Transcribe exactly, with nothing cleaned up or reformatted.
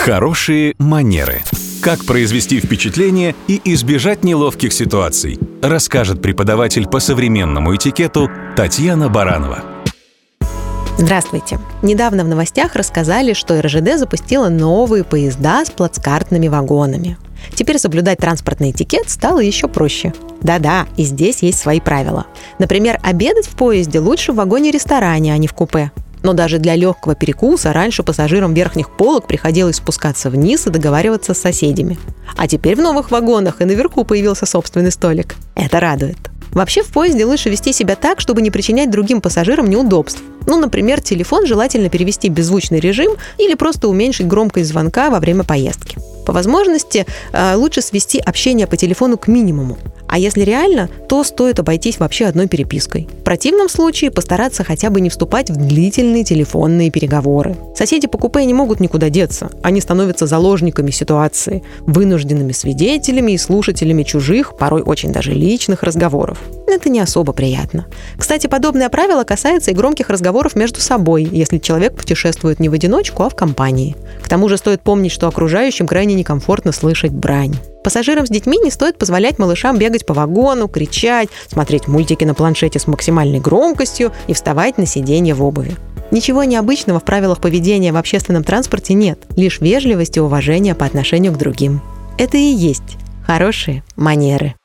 Хорошие манеры. Как произвести впечатление и избежать неловких ситуаций, расскажет преподаватель по современному этикету Татьяна Баранова. Здравствуйте! Недавно в новостях рассказали, что эр жэ дэ запустила новые поезда с плацкартными вагонами. Теперь соблюдать транспортный этикет стало еще проще. Да-да, и здесь есть свои правила. Например, обедать в поезде лучше в вагоне-ресторане, а не в купе. Но даже для легкого перекуса раньше пассажирам верхних полок приходилось спускаться вниз и договариваться с соседями. А теперь в новых вагонах и наверху появился собственный столик. Это радует. Вообще в поезде лучше вести себя так, чтобы не причинять другим пассажирам неудобств. Ну, например, телефон желательно перевести в беззвучный режим или просто уменьшить громкость звонка во время поездки. По возможности лучше свести общение по телефону к минимуму. А если реально, то стоит обойтись вообще одной перепиской. В противном случае постараться хотя бы не вступать в длительные телефонные переговоры. Соседи по купе не могут никуда деться. Они становятся заложниками ситуации, вынужденными свидетелями и слушателями чужих, порой очень даже личных разговоров. Это не особо приятно. Кстати, подобное правило касается и громких разговоров между собой, если человек путешествует не в одиночку, а в компании. К тому же стоит помнить, что окружающим крайне некомфортно слышать брань. Пассажирам с детьми не стоит позволять малышам бегать по вагону, кричать, смотреть мультики на планшете с максимальной громкостью и вставать на сиденье в обуви. Ничего необычного в правилах поведения в общественном транспорте нет, лишь вежливость и уважение по отношению к другим. Это и есть хорошие манеры.